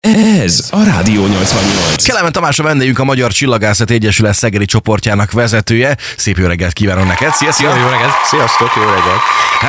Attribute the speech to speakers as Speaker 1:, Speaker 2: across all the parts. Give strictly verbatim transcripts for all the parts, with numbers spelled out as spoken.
Speaker 1: Ez a Rádió nyolcvannyolc.
Speaker 2: Kelemen Tamás a vendégünk, a Magyar Csillagászati Egyesület szegedi csoportjának vezetője. Szép jó reggelt kívánok neked. Szia, szia!
Speaker 3: Jó reggelt! Sziasztok, jó reggelt!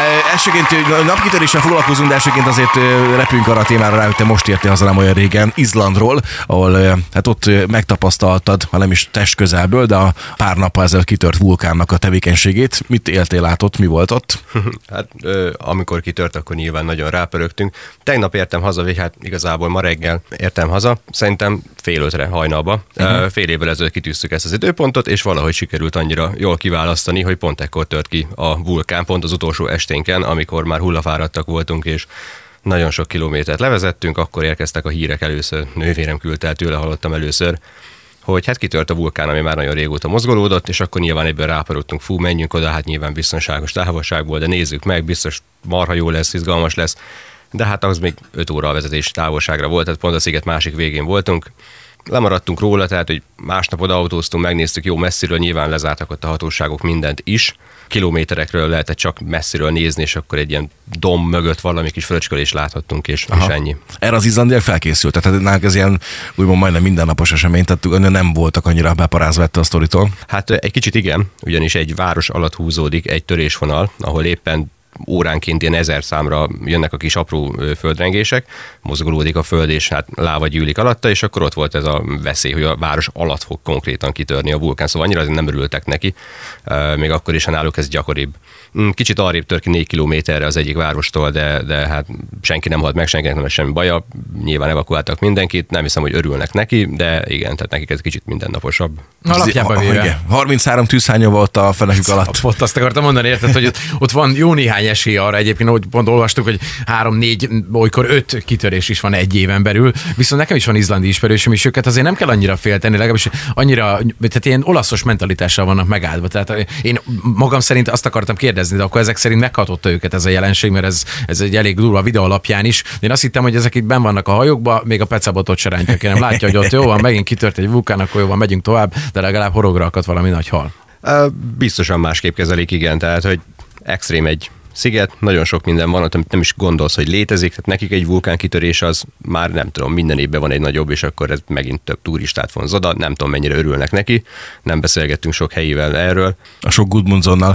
Speaker 2: Elsőként napkitöréssel foglalkozunk, de elsőként azért repüljünk arra a témára rá, hogy te most értél haza nem olyan régen Izlandról, ahol hát ott megtapasztaltad, ha nem is testközelből, de a pár nappal ezelőtt kitört vulkánnak a tevékenységét. Mit éltél, látott, mi volt ott?
Speaker 3: Hát ö, amikor kitört, akkor nyilván nagyon rápörögtünk. Tegnap értem haza, vagy hát igazából ma reggel értem haza, szerintem fél ötre hajnalba. Uh-huh. Fél évvel ezelőtt kitűztük ezt az időpontot, és valahogy sikerült annyira jól kiválasztani, hogy pont ekkor tört ki a vulkán, pont az utolsó esténken, amikor már hullafáradtak voltunk, és nagyon sok kilométert levezettünk, akkor érkeztek a hírek először, nővérem küldte el, tőle hallottam először, hogy hát kitört a vulkán, ami már nagyon régóta mozgolódott, és akkor nyilván ebből ráparodtunk, fú, menjünk oda, hát nyilván biztonságos távolságból, de nézzük meg, biztos marha jó lesz, izgalmas lesz. De hát az még öt óra a vezetés távolságra volt, tehát pont a sziget másik végén voltunk. Lemaradtunk róla, tehát hogy másnap oda autóztunk, megnéztük jó messziről, nyilván lezártak ott a hatóságok mindent is. Kilométerekről lehetett csak messziről nézni, és akkor egy ilyen domb mögött valami kis fröcskölést láthattunk, és, és ennyi.
Speaker 2: Erre az izlandiak felkészült, tehát nálunk ez ilyen úgymond majdnem mindennapos esemény, tehát nem voltak annyira beparázva ettől a sztoritól.
Speaker 3: Hát egy kicsit igen, ugyanis egy város alatt húzódik egy törésvonal, ahol éppen óránként ilyen ezer számra jönnek a kis apró földrengések, mozgolódik a föld, és hát láva gyűlik alatta, és akkor ott volt ez a veszély, hogy a város alatt fog konkrétan kitörni a vulkán, szóval annyira azért nem örültek neki, még akkor is, ha náluk ez gyakoribb. Kicsit arrébb tör ki négy kilométerre az egyik várostól, de, de hát senki nem halt meg, senkinek nem lesz semmi baja, nyilván evakuáltak mindenkit, nem hiszem, hogy örülnek neki, de igen, tehát nekik ez kicsit mindennaposabb.
Speaker 4: Alapjában véve.
Speaker 2: harminchárom tűzhánya volt a fenekük alatt.
Speaker 4: Pont azt akartam mondani, érted, hogy ott, ott van jó néhány esély arra, egyébként, ahogy pont olvastuk, hogy három-négy, olykor öt kitörés is van egy éven belül, viszont nekem is van izlandi ismerősöm, és őket azért nem kell annyira félteni, legalábbis annyira, tehát ilyen olaszos mentalitással vannak megáldva. Tehát én magam szerint azt akartam kérdezni, de akkor ezek szerint meghatotta őket ez a jelenség, mert ez, ez egy elég durva videó alapján is. Én azt hittem, hogy ezek itt benn vannak a hajókba, még a pecabotot se rántják, nem látja, hogy ott jó van, megint kitört egy vulkán, akkor jó van, megyünk tovább, de legalább horogra akad valami nagy hal.
Speaker 3: Biztosan másképp kezelik, igen, tehát hogy extrém egy sziget, nagyon sok minden van, amit nem is gondolsz, hogy létezik, tehát nekik egy vulkánkitörés az már nem tudom, minden évben van egy nagyobb, és akkor ez megint több turistát vonz oda, nem tudom mennyire örülnek neki, nem beszélgettünk sok helyivel erről.
Speaker 2: A sok Gudmundsonnal.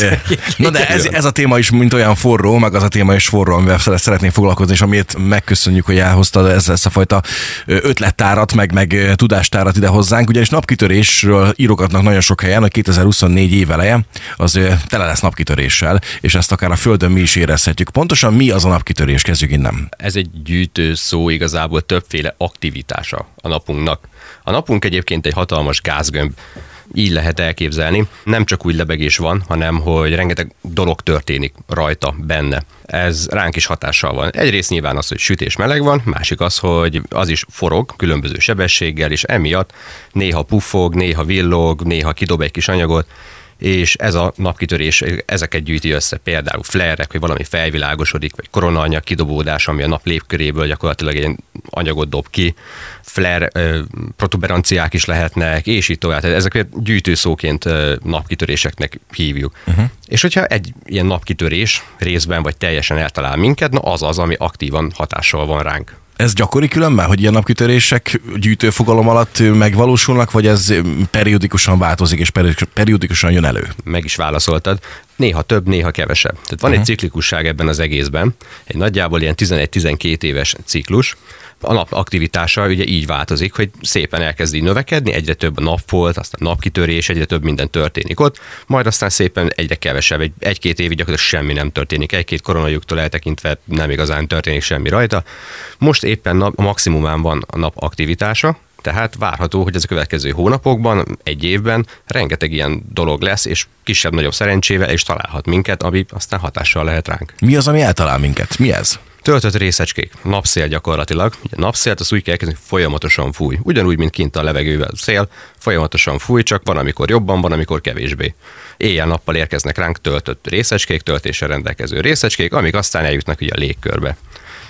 Speaker 2: Na de ez, ez a téma is mint olyan forró, meg az a téma is forró, amivel szeretnénk foglalkozni, és amit megköszönjük, hogy elhoztad ez, ezt a fajta ötlettárat, meg, meg tudástárat ide hozzánk, ugyanis napkitörésről írogatnak nagyon sok helyen, hogy kétezer-huszonnégy év eleje az tele lesz napkitöréssel, és ezt akár a Földön mi is érezhetjük. Pontosan mi az a napkitörés? Kezdjük innen.
Speaker 3: Ez egy gyűjtő szó, igazából többféle aktivitása a napunknak. A napunk egyébként egy hatalmas gázgömb, így lehet elképzelni. Nem csak úgy lebegés van, hanem hogy rengeteg dolog történik rajta, benne. Ez ránk is hatással van. Egyrészt nyilván az, hogy sütés meleg van, másik az, hogy az is forog különböző sebességgel, és emiatt néha puffog, néha villog, néha kidob egy kis anyagot, és ez a napkitörés ezeket gyűjti össze, például flare-ek, hogy valami felvilágosodik, vagy koronaanyag kidobódás, ami a nap légköréből gyakorlatilag egy anyagot dob ki, flare protuberanciák is lehetnek, és így tovább. Tehát ezeket gyűjtőszóként napkitöréseknek hívjuk. Uh-huh. És hogyha egy ilyen napkitörés részben vagy teljesen eltalál minket, na az az, ami aktívan hatással van ránk.
Speaker 2: Ez gyakori különben, hogy ilyen napkitörések gyűjtőfogalom alatt megvalósulnak, vagy ez periódikusan változik, és periódikusan jön elő?
Speaker 3: Meg is válaszoltad. Néha több, néha kevesebb. Tehát van uh-huh. egy ciklikusság ebben az egészben, egy nagyjából ilyen tizenegy-tizenkét éves ciklus. A nap aktivitása ugye így változik, hogy szépen elkezd így növekedni, egyre több a napfolt, aztán napkitörés, egyre több minden történik ott, majd aztán szépen egyre kevesebb, egy, egy-két évig gyakorlatilag semmi nem történik, egy-két koronajuktól eltekintve nem igazán történik semmi rajta. Most éppen a maximumán van a nap aktivitása, tehát várható, hogy ez a következő hónapokban, egy évben rengeteg ilyen dolog lesz, és kisebb-nagyobb szerencsével is találhat minket, ami aztán hatással lehet ránk.
Speaker 2: Mi az, ami eltalál minket? Mi ez?
Speaker 3: Töltött részecskék, napszél gyakorlatilag. Ugye napszélt az úgy kell elkezdeni, folyamatosan fúj. Ugyanúgy, mint kint a levegővel szél, folyamatosan fúj, csak van, amikor jobban, van, amikor kevésbé. Éjjel-nappal érkeznek ránk töltött részecskék, töltéssel rendelkező részecskék, amik aztán eljutnak ugye a légkörbe.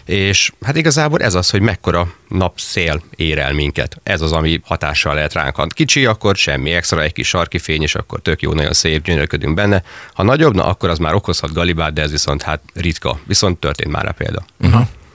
Speaker 3: És hát igazából ez az, hogy mekkora napszél ér el minket. Ez az, ami hatással lehet ránk. Ha kicsi, akkor semmi extra, egy kis sarki fény, és akkor tök jó, nagyon szép, gyönyörködünk benne. Ha nagyobb, na akkor az már okozhat galibát, de ez viszont hát ritka. Viszont történt már a példa.
Speaker 2: Uh-huh.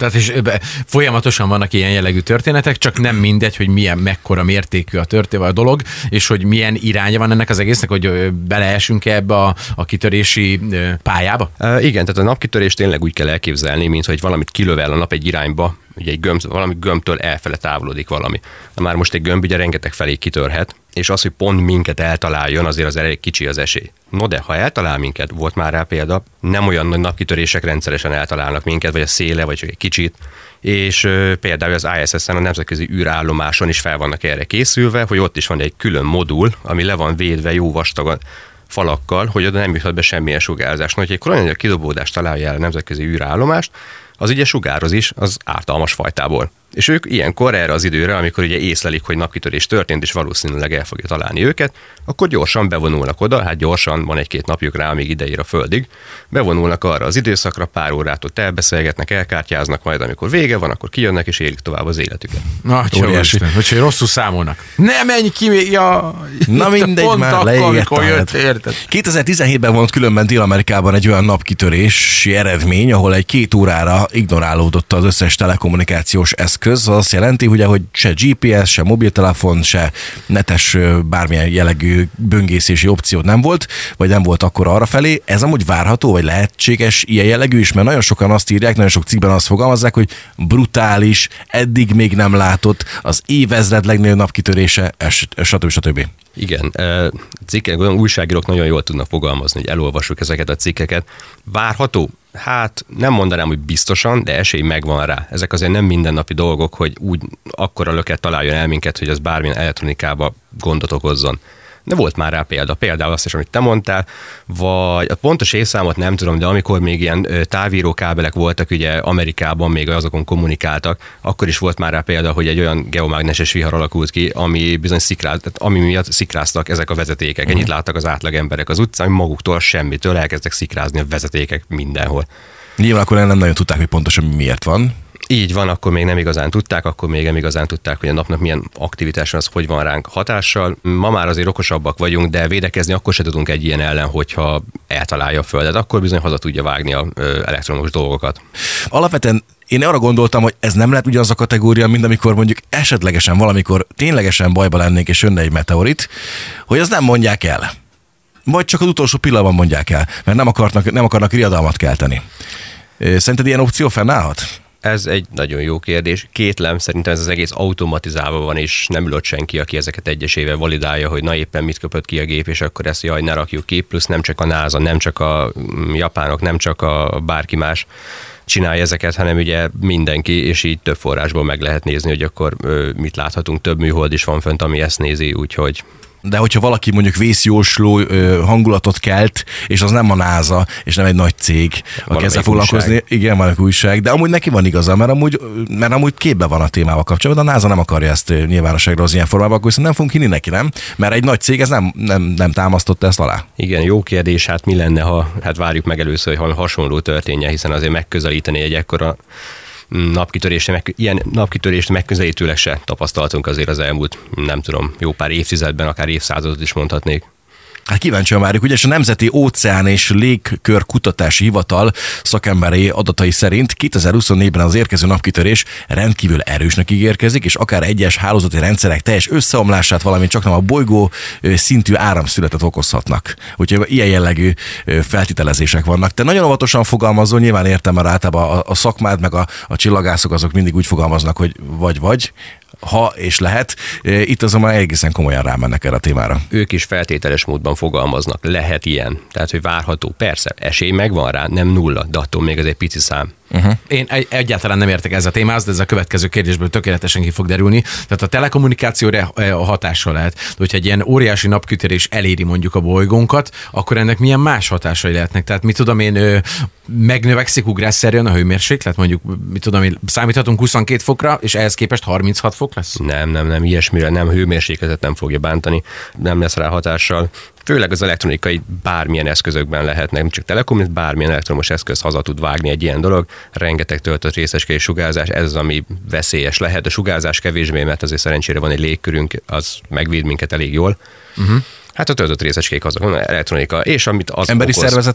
Speaker 4: Tehát is folyamatosan vannak ilyen jellegű történetek, csak nem mindegy, hogy milyen, mekkora mértékű a történet, a dolog, és hogy milyen iránya van ennek az egésznek, hogy beleesünk-e ebbe a, a kitörési pályába?
Speaker 3: Uh, igen, tehát a napkitörést tényleg úgy kell elképzelni, mint hogy valamit kilövel a nap egy irányba, ugye egy gömb, valami gömbtől elfele távolodik valami. Na már most egy gömb ugye rengeteg felé kitörhet, és az, hogy pont minket eltaláljon, azért az elég kicsi az esély. No de, ha eltalál minket, volt már rá példa, nem olyan nagy napkitörések rendszeresen eltalálnak minket, vagy a széle, vagy csak egy kicsit, és ö, például az I S S-en, a Nemzetközi űrállomáson is fel vannak erre készülve, hogy ott is van egy külön modul, ami le van védve jó vastagon falakkal, hogy oda nem juthat be semmilyen sugárzás. No, hogy egy koronanyag kidobódást találja el a Nemzetközi űrállomást, az ugye sugároz is az ártalmas fajtából. És ők ilyenkor erre az időre, amikor ugye észlelik, hogy napkitörés történt, és valószínűleg el fogja találni őket, akkor gyorsan bevonulnak oda, hát gyorsan, van egy-két napjuk rá, amíg ideér a földig, bevonulnak arra az időszakra, pár órát ott elbeszélgetnek, elkártyáznak, majd amikor vége van, akkor kijönnek és élik tovább az életüket.
Speaker 4: Na, Isten, hogy rosszul számolnak. Ne menj ki még, ja,
Speaker 2: na mindegy,
Speaker 4: pont
Speaker 2: már
Speaker 4: leégett.
Speaker 2: kétezer-tizenhétben volt különben Dél-Amerikában egy olyan napkitörési eredmény, ahol egy két órára ignorálódott az összes telekommunikációs eszköz. Az azt jelenti, ugye, hogy se G P S, se mobiltelefon, se netes bármilyen jellegű böngészési opciót nem volt, vagy nem volt akkor arrafelé. Ez amúgy várható, vagy lehetséges ilyen jellegű is, mert nagyon sokan azt írják, nagyon sok cikkben azt fogalmazzák, hogy brutális, eddig még nem látott, az évezred legnagyobb napkitörése, stb. stb.
Speaker 3: Igen, cikkek, olyan újságírók nagyon jól tudnak fogalmazni, hogy elolvassuk ezeket a cikkeket. Várható? Hát nem mondanám, hogy biztosan, de esély megvan rá. Ezek azért nem mindennapi dolgok, hogy úgy akkora löket találjon el minket, hogy az bármilyen elektronikába gondot okozzon. De volt már rá példa. Például azt is, amit te mondtál, vagy a pontos évszámot nem tudom, de amikor még ilyen távíró kábelek voltak, ugye Amerikában még azokon kommunikáltak, akkor is volt már rá példa, hogy egy olyan geomágneses vihar alakult ki, ami bizony szikráz, ami miatt szikráztak ezek a vezetékek. Ennyit láttak az átlag emberek az utcán, hogy maguktól semmitől elkezdtek szikrázni a vezetékek mindenhol.
Speaker 2: Nyilván akkor nem nagyon tudták, hogy pontosan miért van.
Speaker 3: Így van, akkor még nem igazán tudták, akkor még nem igazán tudták, hogy a napnak milyen aktivitáson az hogy van ránk hatással. Ma már azért okosabbak vagyunk, de védekezni akkor se tudunk egy ilyen ellen, hogyha eltalálja a Földet, akkor bizony haza tudja vágni az elektromos dolgokat.
Speaker 2: Alapvetően én arra gondoltam, hogy ez nem lehet ugyanaz a kategória, mint amikor mondjuk esetlegesen valamikor ténylegesen bajba lennénk és jönne egy meteorit, hogy azt nem mondják el. Vagy csak az utolsó pillanatban mondják el, mert nem akarnak, nem akarnak riadalmat kelteni. Szerinted ilyen opció fennállhat?
Speaker 3: Ez egy nagyon jó kérdés. Kétlem, szerintem ez az egész automatizálva van, és nem ülött senki, aki ezeket egyesével validálja, hogy na éppen mit köpött ki a gép, és akkor ezt jaj, ne rakjuk ki. Plusz nem csak a NASA, nem csak a japánok, nem csak a bárki más csinálja ezeket, hanem ugye mindenki, és így több forrásból meg lehet nézni, hogy akkor mit láthatunk. Több műhold is van fönt, ami ezt nézi, úgyhogy...
Speaker 2: De hogyha valaki mondjuk vészjósló hangulatot kelt, és az nem a NASA, és nem egy nagy cég, aki ezzel foglalkozni, igen, van egy újság, de amúgy neki van igaza, mert amúgy, mert amúgy képbe van a témával kapcsolatban, de a NASA nem akarja ezt nyilvánosságra az ilyen formában, akkor nem fogunk hinni neki, nem? Mert egy nagy cég ez nem, nem, nem támasztotta ezt alá.
Speaker 3: Igen, jó kérdés, hát mi lenne, ha hát várjuk meg először, hogy hasonló történjen, hiszen azért megközelíteni egy ekkora napkitörést, meg, ilyen napkitörést megközelítőleg se tapasztaltunk azért az elmúlt, nem tudom, jó pár évtizedben, akár évszázadot is mondhatnék.
Speaker 2: Hát kíváncsian várjuk, ugyanis a Nemzeti Óceán és Légkör Kutatási Hivatal szakemberei adatai szerint kétezer-huszonnégyben az érkező napkitörés rendkívül erősnek ígérkezik, és akár egyes hálózati rendszerek teljes összeomlását, valamint csaknem a bolygó szintű áramszünetet okozhatnak. Úgyhogy ilyen jellegű feltételezések vannak. Te nagyon óvatosan fogalmazol, nyilván értem, mert általában a, a szakmád meg a, a csillagászok azok mindig úgy fogalmaznak, hogy vagy-vagy, ha és lehet. Itt azonban egészen komolyan rámennek erre a témára.
Speaker 3: Ők is feltételes módban fogalmaznak. Lehet ilyen. Tehát, hogy várható. Persze, esély megvan rá, nem nulla, de attól még ez egy pici szám.
Speaker 4: Uh-huh. Én egyáltalán nem értek ez a témához, de ez a következő kérdésből tökéletesen ki fog derülni. Tehát a telekommunikációra a hatással lehet. De hogyha egy ilyen óriási napkitörés eléri mondjuk a bolygónkat, akkor ennek milyen más hatásai lehetnek? Tehát mit tudom én, megnövekszik ugrásszerűen a hőmérséklet, mondjuk mit tudom én, számíthatunk huszonkét fokra, és ehhez képest harminchat fok lesz?
Speaker 3: Nem, nem, nem, ilyesmire nem, hőmérsékletet nem fogja bántani, nem lesz rá hatással. Főleg az elektronikai bármilyen eszközökben lehetnek, nem csak telekom, bármilyen elektromos eszköz haza tud vágni egy ilyen dolog, rengeteg töltött részecske és sugárzás, ez az, ami veszélyes lehet. A sugárzás kevésbé, mert azért szerencsére van egy légkörünk, az megvéd minket elég jól. Uh-huh. Hát a töltött részecskék azok, elektronika, és amit az
Speaker 2: emberi
Speaker 3: okoz,
Speaker 2: szervezetre?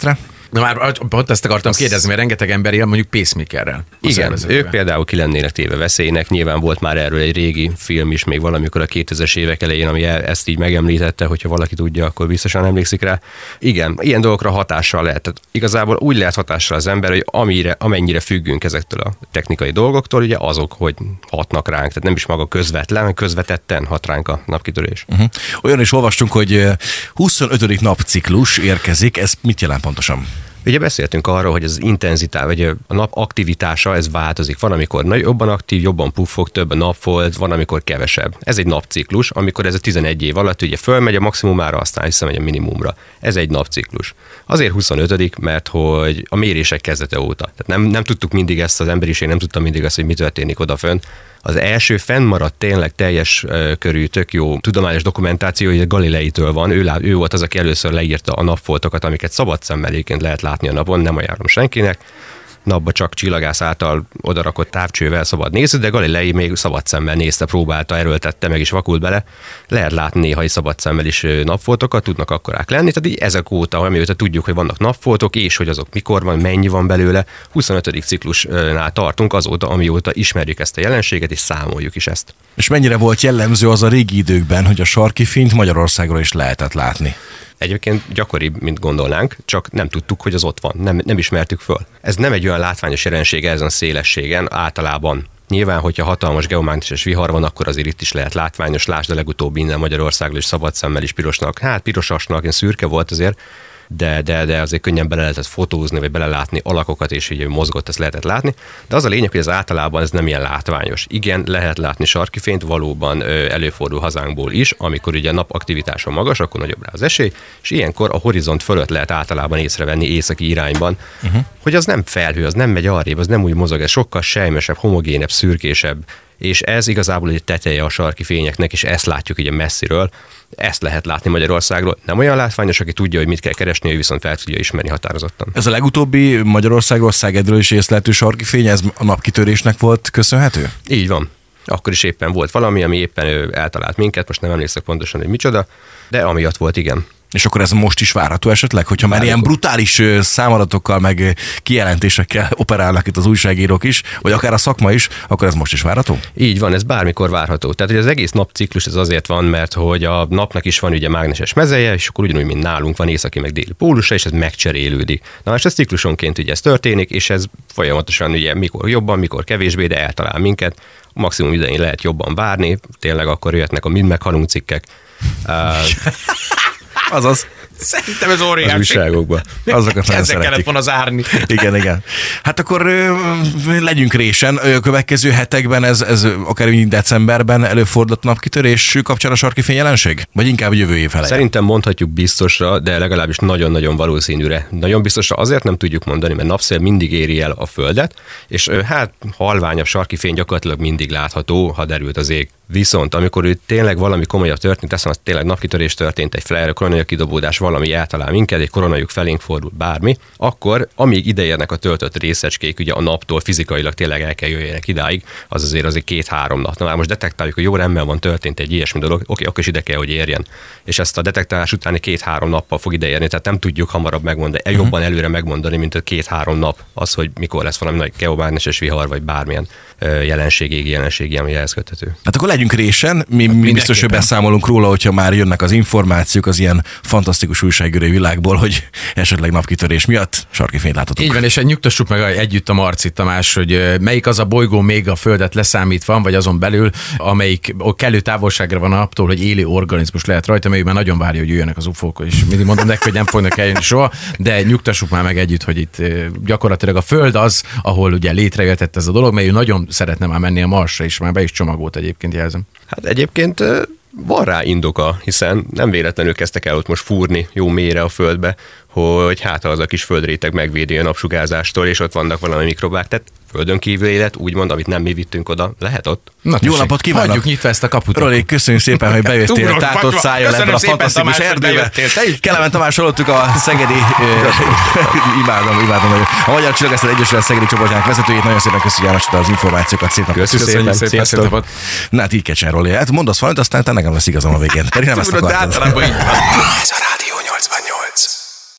Speaker 4: Na már ott ezt akartam azt... kérdezni, mert rengeteg ember él mondjuk pacemakerrel.
Speaker 3: Igen, ők például ki lennének téve veszélynek. Nyilván volt már erről egy régi film is, még valamikor a kétezres évek elején, ami ezt így megemlítette, hogyha valaki tudja, akkor biztosan emlékszik rá. Igen, ilyen dolgokra hatással lehet. Tehát igazából úgy lehet hatással az ember, hogy amire, amennyire függünk ezektől a technikai dolgoktól, ugye azok, hogy hatnak ránk. Tehát nem is maga közvetlen, közvetetten hat ránk a napkitörés. Uh-huh.
Speaker 2: Olyan is olvastunk, hogy huszonötödik napciklus érkezik. Ez mit jelent pontosan?
Speaker 3: Ugye beszéltünk arról, hogy az intenzitás, vagy a nap aktivitása, ez változik. Van, amikor jobban aktív, jobban puffog, több a napfolt, van, amikor kevesebb. Ez egy napciklus, amikor ez a tizenegy év alatt ugye fölmegy a maximumára, aztán visszamegy a minimumra. Ez egy napciklus. Azért huszonötödik, mert hogy a mérések kezdete óta. Tehát nem, nem tudtuk mindig ezt, az emberiség nem tudta mindig azt, hogy mi történik odafönt. Az első fennmaradt tényleg teljes uh, körű, tök jó tudományos dokumentáció, hogy Galileitől van. Ő, ő volt az, aki először leírta a napfoltokat, amiket szabad szemmel egyébként lehet látni a napon, nem ajánlom senkinek. Napba csak csillagász által odarakott távcsővel szabad nézni, de Galilei még szabad szemmel nézte, próbálta, erőltette, meg is vakult bele. Lehet látni néha szabad szemmel is napfoltokat, tudnak akkorák lenni. Tehát így ezek óta, amióta tudjuk, hogy vannak napfoltok, és hogy azok mikor van, mennyi van belőle. huszonötödik ciklusnál tartunk azóta, amióta ismerjük ezt a jelenséget, és számoljuk is ezt.
Speaker 2: És mennyire volt jellemző az a régi időkben, hogy a sarki fényt Magyarországról is lehetett látni?
Speaker 3: Egyébként gyakoribb, mint gondolnánk, csak nem tudtuk, hogy az ott van, nem, nem ismertük föl. Ez nem egy olyan látványos jelensége ezen a szélességen, általában. Nyilván, hogyha hatalmas geomágneses vihar van, akkor azért itt is lehet látványos. Lásd a legutóbb innen Magyarországról is szabad szemmel is pirosnak, hát pirosasnak, én szürke volt azért, de, de, de azért könnyen bele lehetett fotózni, vagy belelátni alakokat, és így mozgott, ezt lehetett látni. De az a lényeg, hogy ez általában ez nem ilyen látványos. Igen, lehet látni sarki fényt, valóban előfordul hazánkból is, amikor ugye a nap aktivitása magas, akkor nagyobb rá az esély, és ilyenkor a horizont fölött lehet általában észrevenni északi irányban, uh-huh. hogy az nem felhő, az nem megy arrébb, az nem úgy mozog, ez sokkal sejmesebb, homogénebb, szürkésebb, és ez igazából egy teteje a sarki fényeknek, és ezt látjuk ugye messziről. Ezt lehet látni Magyarországról. Nem olyan látványos, aki tudja, hogy mit kell keresni, ő viszont fel tudja ismerni határozottan.
Speaker 2: Ez a legutóbbi Magyarországról, Szegedről is észlelhető sarki fény, ez a napkitörésnek volt köszönhető?
Speaker 3: Így van. Akkor is éppen volt valami, ami éppen ő eltalált minket, most nem emlékszek pontosan, hogy micsoda, de amiatt volt, igen.
Speaker 2: És akkor ez most is várható esetleg, hogyha már ilyen brutális számadatokkal, meg kijelentésekkel operálnak itt az újságírók is, vagy akár a szakma is, akkor ez most is várható?
Speaker 3: Így van, ez bármikor várható. Tehát, hogy az egész napciklus ez azért van, mert hogy a napnak is van ugye mágneses mezeje, és akkor ugyanúgy, mint nálunk van északi meg déli pólusa, és ez megcserélődik. Na most ez ciklusonként ugye ez történik, és ez folyamatosan ugye mikor jobban, mikor kevésbé, de eltalál minket. A maximum idején lehet jobban várni, tényleg akkor jöhetnek a mind meghalunk cikkek. Uh,
Speaker 2: Azaz.
Speaker 4: Szerintem ez óriási.
Speaker 3: Az újságokban.
Speaker 2: Azokat nagyon szeretik.
Speaker 4: Kellett volna zárni.
Speaker 2: Igen, igen. Hát akkor ö, legyünk résen. A következő hetekben, ez, ez akár decemberben előfordult napkitörés kapcsán a sarki fény jelenség? Vagy inkább jövő év elején?
Speaker 3: Szerintem mondhatjuk biztosra, de legalábbis nagyon-nagyon valószínűre. Nagyon biztosra azért nem tudjuk mondani, mert napszél mindig éri el a Földet, és hát halványabb sarki fény gyakorlatilag mindig látható, ha derült az ég. Viszont amikor ő tényleg valami komolyabb történt, teszem, az tényleg napkitörés történt, egy flare, koronai kidobódás, valami eltalál minket, egy koronajuk felénk fordul, bármi, akkor amíg ideérnek a töltött részecskék, ugye a naptól fizikailag tényleg el kell jöjjenek idáig, az azért azért két-három nap. Na már most detektáljuk, hogy jó rendben van, történt egy ilyesmi dolog, oké, akkor is ide kell, hogy érjen. És ezt a detektálás utáni két-három nappal fog ideérni, tehát nem tudjuk hamarabb megmondani, uh-huh. jobban előre megmondani, mint a két-három nap az, hogy mikor lesz valami nagy geomágneses vihar, vagy bármilyen jelenség, égi jelenség, ami ehhez köthető.
Speaker 2: Hát akkor legyünk résen, mi, mi biztos, hogy beszámolunk róla, hogyha már jönnek az információk az ilyen fantasztikus újságírói világból, hogy esetleg napkitörés miatt sarki fényt láthatok.
Speaker 4: Így van, és nyugtassuk meg együtt a Marcit, Tamás, hogy melyik az a bolygó még a Földet leszámítva, vagy azon belül, amelyik kellő távolságra van attól, hogy élő organizmus lehet rajta, melyik már nagyon várja, hogy jöjjenek az ufók, és mindig mondom neki, hogy nem fognak eljönni soha, de nyugtassuk már meg együtt, hogy itt gyakorlatilag a Föld az, ahol ugye létrejöhetett ez a dolog, mely ő nagyon szeretne már menni a Marsra is, már be is csomagolt egyébként, jelzem.
Speaker 3: Hát egyébként van rá indoka, hiszen nem véletlenül kezdtek el ott most fúrni jó mélyre a Földbe, hogy hát az a kis földréteg megvédi a napsugárzástól, és ott vannak valami mikrobák, tehát földön kívül élet, úgymond, amit nem mi vittünk oda, lehet ott.
Speaker 2: Na, jó napot kívánok!
Speaker 4: Hagyjuk nyitva ezt a kaput.
Speaker 2: Roli, köszönjük szépen, hogy bejöttél tátott szájjal ebben a fantasztikus erdőbe. Kelemen Tamás hallottuk a szegedi, imádom, imádom, a Magyar Csillagászat Egyesület szegedi csoportjának vezetőjét, nagyon szépen köszönjük az információkat, szép napot.
Speaker 3: Köszönjük szépen, szép napot.
Speaker 2: Na hát így kell csinálni, Roli, hát mondasz valamit, aztán te nekem lesz igazam a végén. Pedig nem ezt akartad.
Speaker 1: Ez a rádió.